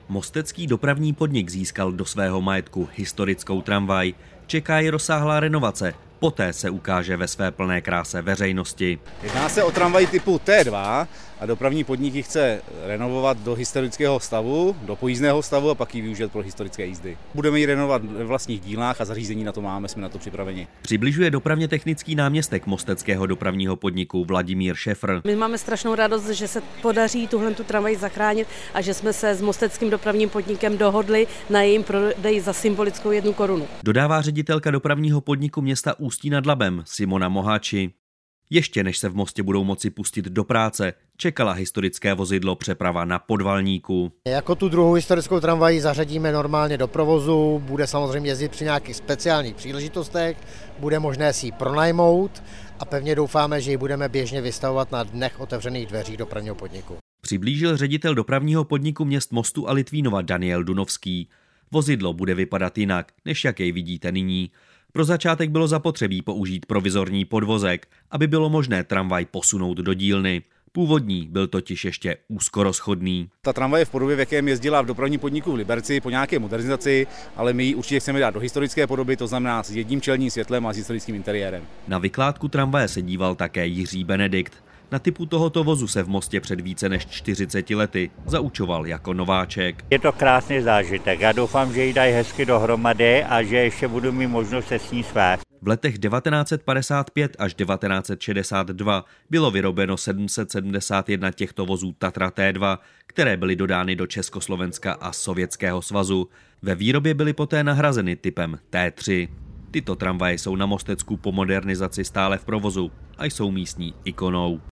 Mostecký dopravní podnik získal do svého majetku historickou tramvaj. Čeká ji rozsáhlá renovace, poté se ukáže ve své plné kráse veřejnosti. Jedná se o tramvaj typu T2 a dopravní podnik ji chce renovovat do historického stavu, do pojízdného stavu a pak ji využít pro historické jízdy. Budeme ji renovovat ve vlastních dílnách a zařízení na to máme, jsme na to připraveni. Přibližuje dopravně technický náměstek Mosteckého dopravního podniku Vladimír Šefr. My máme strašnou radost, že se podaří tu tramvaj zachránit a že jsme se s Mosteckým dopravním podnikem dohodli na jejím prodeji za symbolickou 1 korunu. Dodává ředitelka dopravního podniku města Ústí nad Labem Simona Moháči. Ještě než se v Mostě budou moci pustit do práce, čekala historické vozidlo přeprava na Podvalníku. Jako tu druhou historickou tramvaj zařadíme normálně do provozu, bude samozřejmě jezdit při nějakých speciálních příležitostech, bude možné si ji pronajmout a pevně doufáme, že ji budeme běžně vystavovat na dnech otevřených dveří dopravního podniku. Přiblížil ředitel dopravního podniku měst Mostu a Litvínova Daniel Dunovský. Vozidlo bude vypadat jinak, než jak jej vidíte nyní. Pro začátek bylo zapotřebí použít provizorní podvozek, aby bylo možné tramvaj posunout do dílny. Původní byl totiž ještě úzkorozchodný. Ta tramvaj je v podobě, v jakém jezdila v dopravním podniku v Liberci po nějaké modernizaci, ale my ji určitě chceme dát do historické podoby, to znamená s jedním čelním světlem a s historickým interiérem. Na vykládku tramvaje se díval také Jiří Benedikt. Na typu tohoto vozu se v Mostě před více než 40 lety zaučoval jako nováček. Je to krásný zážitek. Já doufám, že ji dají hezky dohromady a že ještě budu mít možnost se s ní svést. V letech 1955 až 1962 bylo vyrobeno 771 těchto vozů Tatra T2, které byly dodány do Československa a Sovětského svazu. Ve výrobě byly poté nahrazeny typem T3. Tyto tramvaje jsou na Mostecku po modernizaci stále v provozu a jsou místní ikonou.